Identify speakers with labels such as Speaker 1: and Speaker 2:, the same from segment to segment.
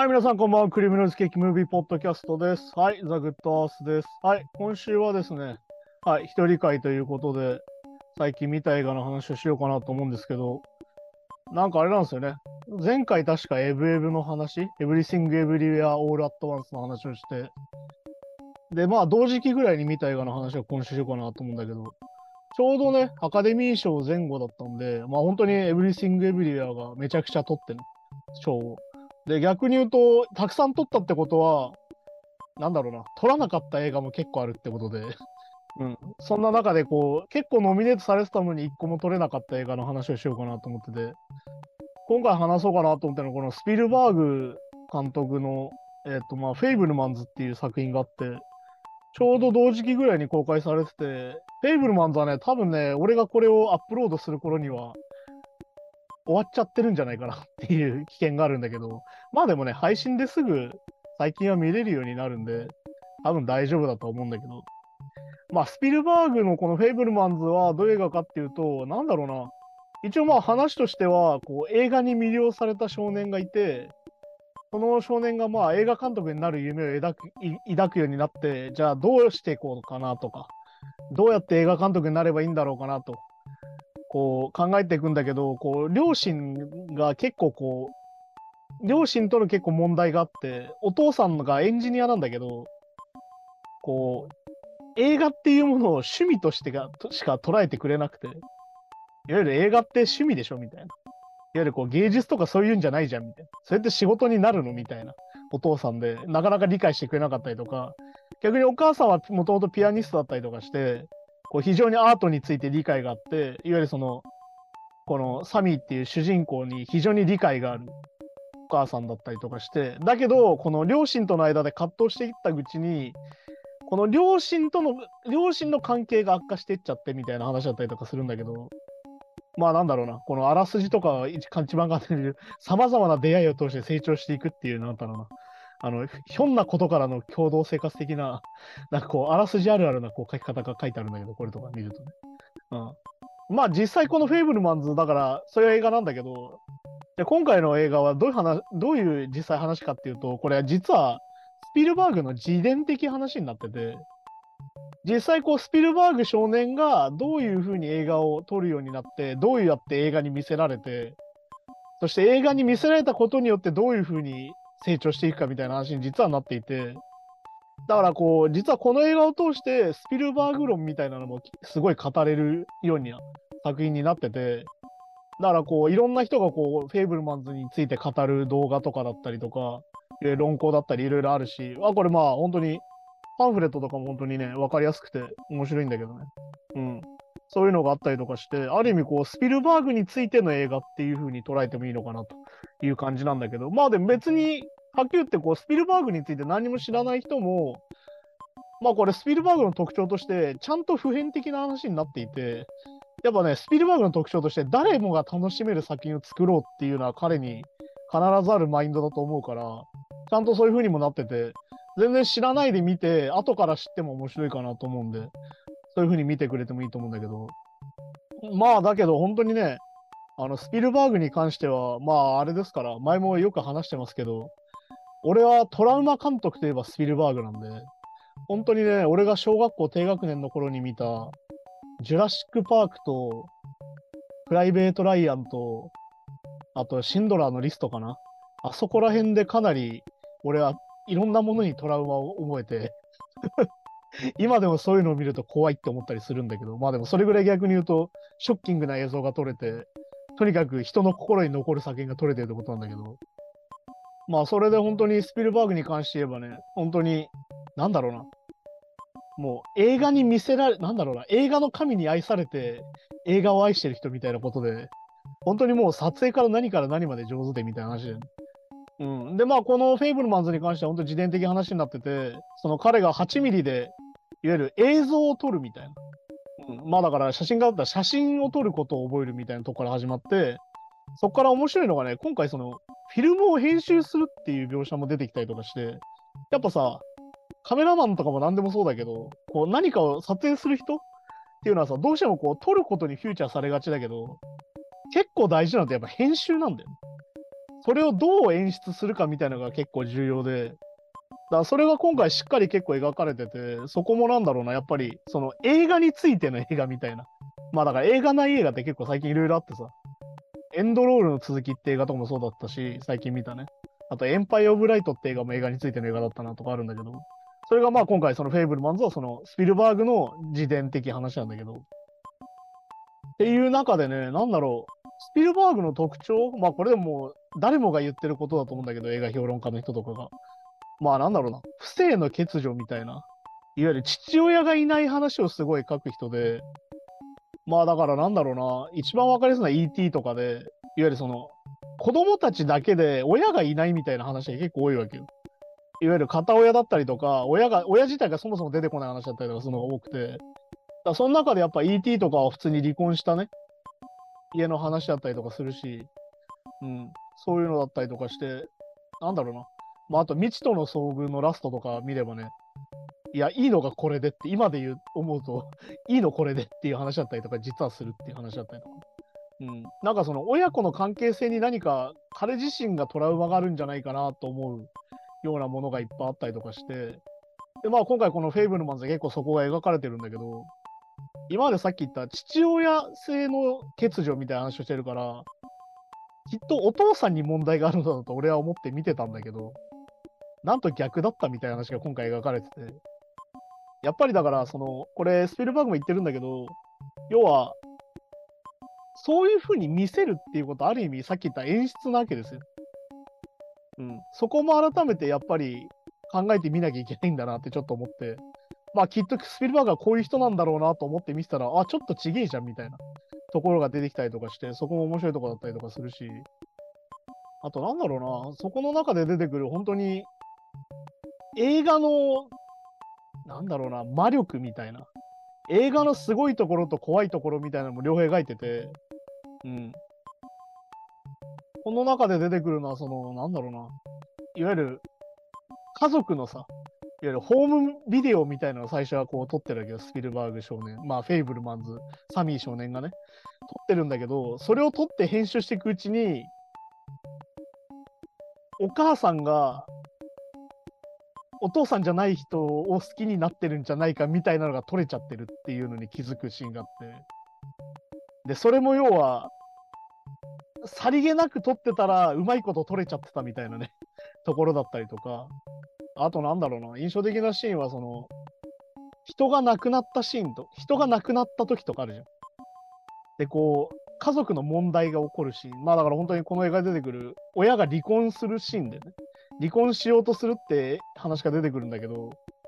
Speaker 1: はい、皆さんこんばんは。クリミナルズケーキムービーポッドキャストです。はい、ザ・グッドアースです。はい、今週はですね、はい、一人会ということで、最近見た映画の話をしようかなと思うんですけど、なんかあれなんですよね。前回確かエブエブの話、エブリシング・エブリウェア・オール・アット・ワンスの話をして、で、まあ、同時期ぐらいに見た映画の話を今週しようかなと思うんだけど、ちょうどね、アカデミー賞前後だったんで、まあ本当にエブリシング・エブリウェアがめちゃくちゃ取ってる賞を。で、逆に言うと、たくさん取ったってことは、なんだろうな、取らなかった映画も結構あるってことで、うん。そんな中でこう、結構ノミネートされてたのに一個も取れなかった映画の話をしようかなと思ってて、今回話そうかなと思ったのは、このスピルバーグ監督の、まあ、フェイブルマンズっていう作品があって、ちょうど同時期ぐらいに公開されてて、フェイブルマンズはね、多分ね、俺がこれをアップロードする頃には終わっちゃってるんじゃないかなっていう危険があるんだけど、まあでもね、配信ですぐ最近は見れるようになるんで、多分大丈夫だと思うんだけど、まあ、スピルバーグのこのフェイブルマンズはどういう映画かっていうと、なんだろうな。一応まあ話としては、こう映画に魅了された少年がいて、その少年がまあ映画監督になる夢を抱くようになって、じゃあどうしていこうかなとか、どうやって映画監督になればいいんだろうかなと、こう考えていくんだけど、こう両親が結構こう、両親との結構問題があって、お父さんがエンジニアなんだけど、こう、映画っていうものを趣味としてしか捉えてくれなくて、いわゆる映画って趣味でしょみたいな。いわゆるこう芸術とかそういうんじゃないじゃんみたいな。それって仕事になるのみたいなお父さんで、なかなか理解してくれなかったりとか、逆にお母さんはもともとピアニストだったりとかして、こう非常にアートについて理解があって、いわゆるその、このサミーっていう主人公に非常に理解があるお母さんだったりとかして、だけど、この両親との間で葛藤していったうちに、この両親の関係が悪化していっちゃってみたいな話だったりとかするんだけど、まあなんだろうな、このあらすじとか一番簡単に言う、様々な出会いを通して成長していくっていう、なんだろうな、ひょんなことからの共同生活的な、なんかこう、あらすじあるあるなこう書き方が書いてあるんだけど、これとか見るとね。うん。まあ実際このフェイブルマンズだから、そういう映画なんだけど、で今回の映画はどういう実際話かっていうと、これは実はスピルバーグの自伝的話になってて、実際こうスピルバーグ少年がどういうふうに映画を撮るようになって、どうやって映画に見せられて、そして映画に見せられたことによってどういうふうに成長していくかみたいな話に実はなっていて、だからこう、実はこの映画を通してスピルバーグ論みたいなのもすごい語れるような作品になってて、だからこう、いろんな人がこう、フェイブルマンズについて語る動画とかだったりとか、論考だったりいろいろあるし、これまあ本当にパンフレットとかも本当にね、わかりやすくて面白いんだけどね。うん。そういうのがあったりとかして、ある意味こう、スピルバーグについての映画っていう風に捉えてもいいのかなという感じなんだけど、まあでも別に、はっきり言ってこう、スピルバーグについて何も知らない人も、まあこれスピルバーグの特徴として、ちゃんと普遍的な話になっていて、やっぱね、スピルバーグの特徴として、誰もが楽しめる作品を作ろうっていうのは彼に必ずあるマインドだと思うから、ちゃんとそういう風にもなってて、全然知らないで見て、後から知っても面白いかなと思うんで、そういう風に見てくれてもいいと思うんだけど、まあだけど本当にね、スピルバーグに関しては、まああれですから、前もよく話してますけど、俺はトラウマ監督といえばスピルバーグなんで、本当にね、俺が小学校低学年の頃に見た、ジュラシック・パークと、プライベート・ライアンと、あと、シンドラーのリストかな。あそこら辺でかなり、俺はいろんなものにトラウマを覚えて、今でもそういうのを見ると怖いって思ったりするんだけど、まあでもそれぐらい逆に言うと、ショッキングな映像が撮れて、とにかく人の心に残る作品が撮れてるってことなんだけど、まあそれで本当にスピルバーグに関して言えばね、本当に、なんだろうな、もう映画に見せられ、なんだろうな、映画の神に愛されて、映画を愛してる人みたいなことで、本当にもう撮影から何まで上手でみたいな話で、うん。で、まあ、このフェイブルマンズに関しては本当に自伝的話になってて、その彼が8ミリで、いわゆる映像を撮るみたいな。うん。まあ、だから写真家だったら写真を撮ることを覚えるみたいなところから始まって、そこから面白いのがね、今回その、フィルムを編集するっていう描写も出てきたりとかして、やっぱさ、カメラマンとかも何でもそうだけど、こう何かを撮影する人っていうのはさ、どうしても撮ることにフューチャーされがちだけど、結構大事なのってやっぱ編集なんだよね。 それをどう演出するかみたいなのが結構重要で、だからそれが今回しっかり結構描かれてて、そこもなんだろうな、やっぱりその映画についての映画みたいな。まあだから映画ない映画って結構最近いろいろあってさ、エンドロールの続きって映画とかもそうだったし、最近見たね。あとエンパイア・オブ・ライトって映画も映画についての映画だったなとかあるんだけど、それがまあ今回そのフェイブルマンズはそのスピルバーグの自伝的話なんだけど、っていう中でね、なんだろう、スピルバーグの特徴、まあこれでも誰もが言ってることだと思うんだけど、映画評論家の人とかが。まあなんだろうな、不正の欠如みたいな、いわゆる父親がいない話をすごい書く人で、まあだからなんだろうな、一番わかりやすいのは ET とかで、いわゆるその、子供たちだけで親がいないみたいな話が結構多いわけよ。いわゆる片親だったりとか、親自体がそもそも出てこない話だったりとかするのが多くて、だからその中でやっぱ ET とかは普通に離婚したね、家の話だったりとかするし、うん、そういうのだったりとかして、なんだろうな。まああと未知との遭遇のラストとか見ればね、いや、いいのがこれでって、今で思うと、いいのこれでっていう話だったりとか、実はするっていう話だったりとか。うん。なんかその親子の関係性に何か彼自身がトラウマがあるんじゃないかなと思うようなものがいっぱいあったりとかして、で、まあ今回このフェイブルマンズで結構そこが描かれてるんだけど、今までさっき言った父親性の欠如みたいな話をしてるから、きっとお父さんに問題があるのだと俺は思って見てたんだけど、なんと逆だったみたいな話が今回描かれてて、やっぱりだから、これ、スピルバーグも言ってるんだけど、要は、そういう風に見せるっていうことは、ある意味、さっき言った演出なわけですよ。うん。そこも改めて、やっぱり、考えてみなきゃいけないんだなってちょっと思って、まあ、きっとスピルバーグはこういう人なんだろうなと思って見てたら、あ、ちょっとちげえじゃんみたいなところが出てきたりとかして、そこも面白いところだったりとかするし、あとなんだろうな、そこの中で出てくる本当に映画の、なんだろうな、魔力みたいな。映画のすごいところと怖いところみたいなのも両方描いてて、うん。この中で出てくるのは、なんだろうな。いわゆる家族のさ、いわゆるホームビデオみたいなのを最初はこう撮ってるわけど、スピルバーグ少年。まあ、フェイブルマンズ、サミー少年がね、撮ってるんだけど、それを撮って編集していくうちに、お母さんがお父さんじゃない人を好きになってるんじゃないかみたいなのが撮れちゃってるっていうのに気づくシーンがあって。で、それも要は、さりげなく撮ってたら、うまいこと撮れちゃってたみたいなね、ところだったりとか、あとなんだろうな、印象的なシーンは、人が亡くなったシーンと、人が亡くなった時とかあるじゃん。で、こう、家族の問題が起こるシーン。まあだから本当にこの映画で出てくる、親が離婚するシーンでね、離婚しようとするって話が出てくるんだけど、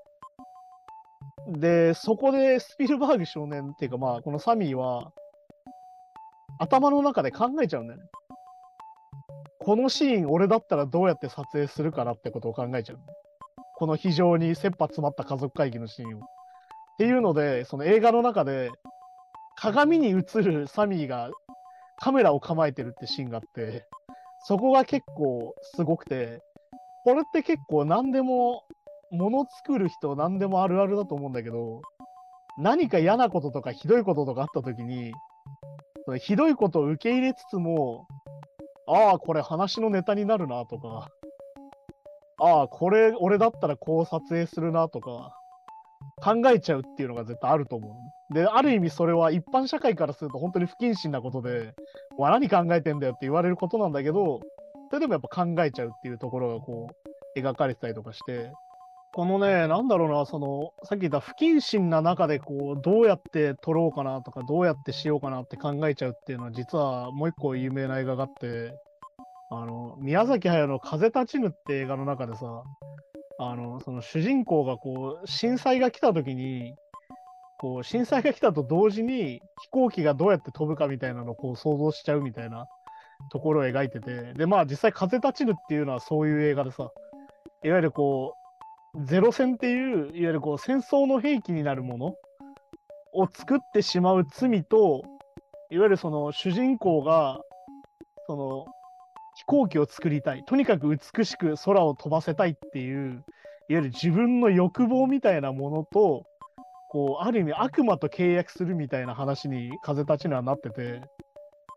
Speaker 1: で、そこでスピルバーグ少年っていうかまあ、このサミーは、頭の中で考えちゃうんだよね。このシーン、俺だったらどうやって撮影するかなってことを考えちゃう。この非常に切羽詰まった家族会議のシーンを。っていうので、その映画の中で、鏡に映るサミーがカメラを構えてるってシーンがあって、そこが結構すごくて、これって結構何でも、物作る人何でもあるあるだと思うんだけど、何か嫌なこととかひどいこととかあった時に、そのひどいことを受け入れつつも、ああ、これ話のネタになるなとか、ああ、これ俺だったらこう撮影するなとか、考えちゃうっていうのが絶対あると思う。で、ある意味それは一般社会からすると本当に不謹慎なことで、わ、何考えてんだよって言われることなんだけど、それでもやっぱ考えちゃうっていうところがこう、描かれてたりとかして、このね、なんだろうな、さっき言った不謹慎な中でこう、どうやって撮ろうかなとか、どうやってしようかなって考えちゃうっていうのは、実はもう一個有名な映画があって、宮崎駿の風立ちぬって映画の中でさ、その主人公がこう、震災が来た時に、こう、震災が来たと同時に飛行機がどうやって飛ぶかみたいなのをこう想像しちゃうみたいなところを描いてて、で、まあ実際風立ちぬっていうのはそういう映画でさ、いわゆるこう、ゼロ戦っていう、いわゆるこう、戦争の兵器になるものを作ってしまう罪と、いわゆるその主人公が、その飛行機を作りたい。とにかく美しく空を飛ばせたいっていう、いわゆる自分の欲望みたいなものと、こう、ある意味悪魔と契約するみたいな話に風立ちぬはなってて、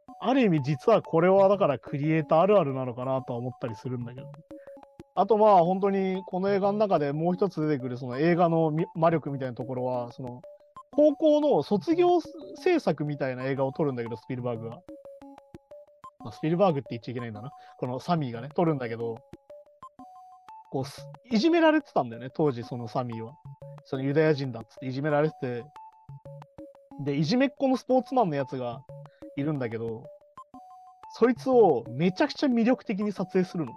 Speaker 1: ある意味実はこれはだからクリエイターあるあるなのかなとは思ったりするんだけど。あとまあ本当にこの映画の中でもう一つ出てくるその映画の魔力みたいなところは、その高校の卒業制作みたいな映画を撮るんだけど、スピルバーグが。まあ、スピルバーグって言っちゃいけないんだな。このサミーがね、撮るんだけど、こう、いじめられてたんだよね、当時そのサミーは。そのユダヤ人だっつっていじめられてて、で、いじめっ子のスポーツマンのやつがいるんだけど、そいつをめちゃくちゃ魅力的に撮影するのね。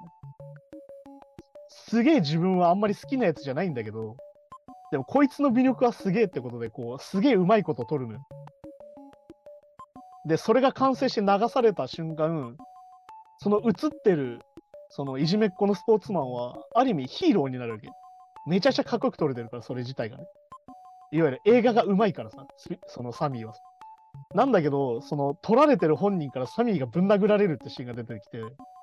Speaker 1: すげえ自分はあんまり好きなやつじゃないんだけど、でもこいつの魅力はすげえってことで、こう、すげえうまいこと撮るのよ。で、それが完成して流された瞬間、その映ってる、そのいじめっ子のスポーツマンは、ある意味ヒーローになるわけ。めちゃくちゃかっこよく撮れてるから、それ自体がね。いわゆる映画がうまいからさ、そのサミーは。なんだけど、その撮られてる本人からサミーがぶん殴られるってシーンが出てきて、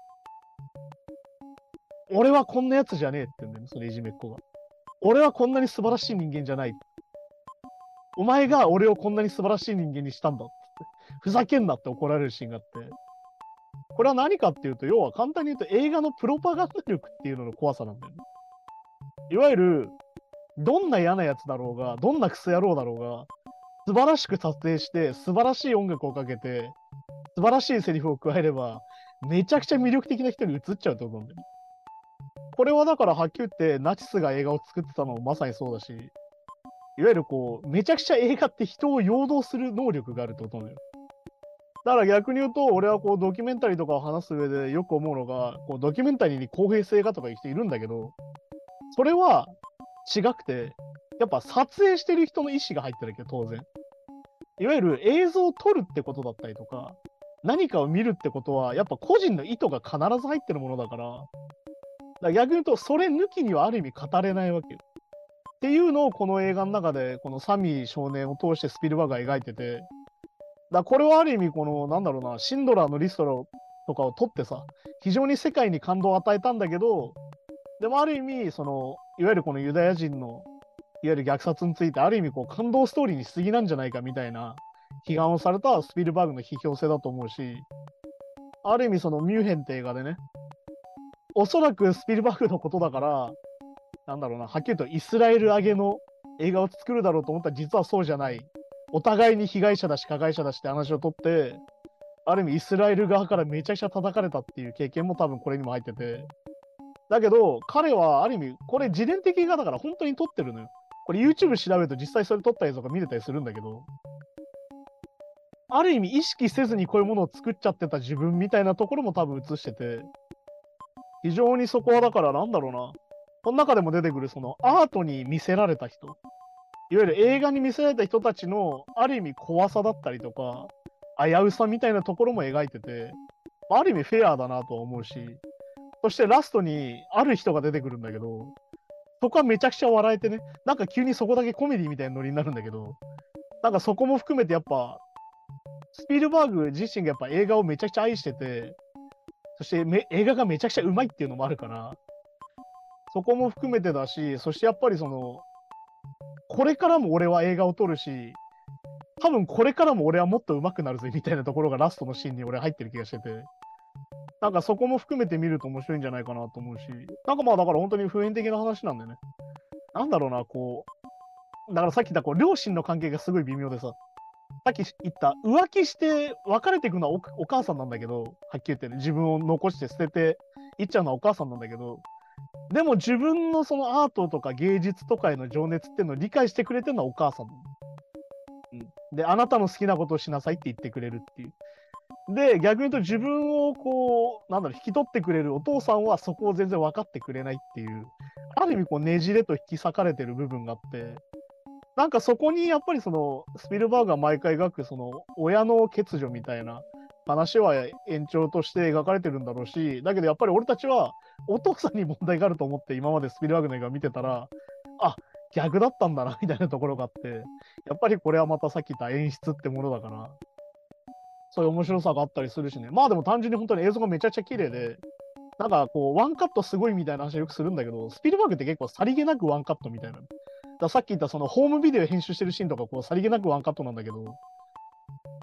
Speaker 1: 俺はこんなやつじゃねえって言うんだよね、そのいじめっ子が。俺はこんなに素晴らしい人間じゃない。お前が俺をこんなに素晴らしい人間にしたんだって。ふざけんなって怒られるシーンがあって。これは何かっていうと、要は簡単に言うと映画のプロパガンダ力っていうのの怖さなんだよね。いわゆる、どんな嫌なやつだろうが、どんなクソ野郎だろうが、素晴らしく撮影して、素晴らしい音楽をかけて、素晴らしいセリフを加えれば、めちゃくちゃ魅力的な人に映っちゃうってことなんだよね。これはだからはっきり言って、ナチスが映画を作ってたのもまさにそうだし、いわゆるこう、めちゃくちゃ映画って人を陽動する能力があるってことなのよ。だから逆に言うと、俺はこうドキュメンタリーとかを話す上でよく思うのが、こうドキュメンタリーに公平性がとかいう人いるんだけど、それは違くて、やっぱ撮影してる人の意思が入ってるけど、当然。いわゆる映像を撮るってことだったりとか、何かを見るってことは、やっぱ個人の意図が必ず入ってるものだから、逆に言うと、それ抜きにはある意味語れないわけよ。っていうのをこの映画の中で、このサミー少年を通してスピルバーグが描いてて、これはある意味、この、なんだろうな、シンドラーのリストとかを撮ってさ、非常に世界に感動を与えたんだけど、でもある意味、その、いわゆるこのユダヤ人の、いわゆる虐殺について、ある意味、こう、感動ストーリーにしすぎなんじゃないかみたいな批判をされたスピルバーグの批評性だと思うし、ある意味、そのミュンヘンって映画でね、おそらくスピルバーグのことだから、なんだろうな、はっきりとイスラエル上げの映画を作るだろうと思ったら、実はそうじゃない。お互いに被害者だし、加害者だしって話をとって、ある意味イスラエル側からめちゃくちゃ叩かれたっていう経験も多分これにも入ってて。だけど、彼はある意味、これ自伝的映画だから本当に撮ってるのよ。これ YouTube 調べると実際それ撮った映像が見れたりするんだけど、ある意味意識せずにこういうものを作っちゃってた自分みたいなところも多分映してて、非常にそこはだからなんだろうな。この中でも出てくるそのアートに見せられた人、いわゆる映画に見せられた人たちのある意味怖さだったりとか、危うさみたいなところも描いてて、ある意味フェアだなと思うし、そしてラストにある人が出てくるんだけど、そこはめちゃくちゃ笑えてね、なんか急にそこだけコメディみたいなノリになるんだけど、なんかそこも含めてやっぱ、スピルバーグ自身がやっぱ映画をめちゃくちゃ愛してて、そして映画がめちゃくちゃうまいっていうのもあるから、そこも含めてだし、そしてやっぱりその、これからも俺は映画を撮るし、多分これからも俺はもっと上手くなるぜみたいなところがラストのシーンに俺入ってる気がしてて、なんかそこも含めて見ると面白いんじゃないかなと思うし、なんかまあだから本当に普遍的な話なんだよね。なんだろうな、こう、だからさっき言ったこう両親の関係がすごい微妙でさ、さっき言った浮気して別れていくのはお母さんなんだけど、はっきり言ってね、自分を残して捨てていっちゃうのはお母さんなんだけど、でも自分のそのアートとか芸術とかへの情熱っていうのを理解してくれてるのはお母さん。うん、で、あなたの好きなことをしなさいって言ってくれるっていう。で、逆に言うと自分をこう、なんだろう、引き取ってくれるお父さんはそこを全然分かってくれないっていう、ある意味こうねじれと引き裂かれてる部分があって、なんかそこにやっぱりそのスピルバーグが毎回描くその親の欠如みたいな話は延長として描かれてるんだろうし、だけどやっぱり俺たちはお父さんに問題があると思って今までスピルバーグの映画を見てたら、あ、逆だったんだなみたいなところがあって、やっぱりこれはまたさっき言った演出ってものだから、そういう面白さがあったりするしね。まあでも単純に本当に映像がめちゃくちゃ綺麗で、なんかこう、ワンカットすごいみたいな話よくするんだけど、スピルバーグって結構さりげなくワンカットみたいな。ださっき言ったそのホームビデオ編集してるシーンとかこうさりげなくワンカットなんだけど、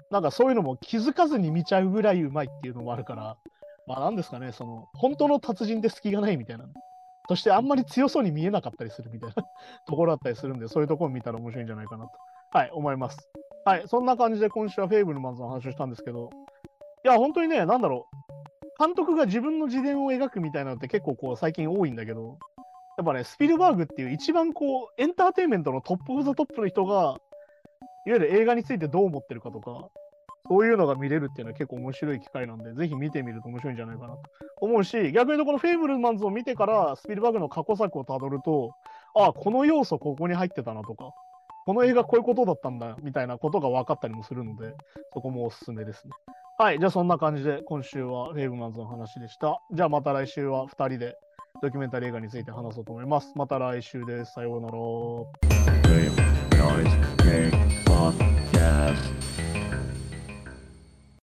Speaker 1: なんかそういうのも気づかずに見ちゃうぐらいうまいっていうのもあるから、まあなんですかね、その、本当の達人で隙がないみたいな。そしてあんまり強そうに見えなかったりするみたいなところだったりするんで、そういうところを見たら面白いんじゃないかなと、はい、思います。はい、そんな感じで今週はフェイブルマンズの話をしたんですけど、いや、本当にね、なんだろう、監督が自分の自伝を描くみたいなのって結構こう最近多いんだけど、やっぱね、スピルバーグっていう一番こう、エンターテインメントのトップオブザトップの人が、いわゆる映画についてどう思ってるかとか、そういうのが見れるっていうのは結構面白い機会なんで、ぜひ見てみると面白いんじゃないかなと思うし、逆に言うとこのフェイブルマンズを見てからスピルバーグの過去作をたどると、ああ、この要素ここに入ってたなとか、この映画こういうことだったんだみたいなことが分かったりもするので、そこもおすすめですね。はい、じゃあそんな感じで今週はフェイブルマンズの話でした。じゃあまた来週は2人でドキュメンタリー映画について話そうと思います。また来週です。さようなら。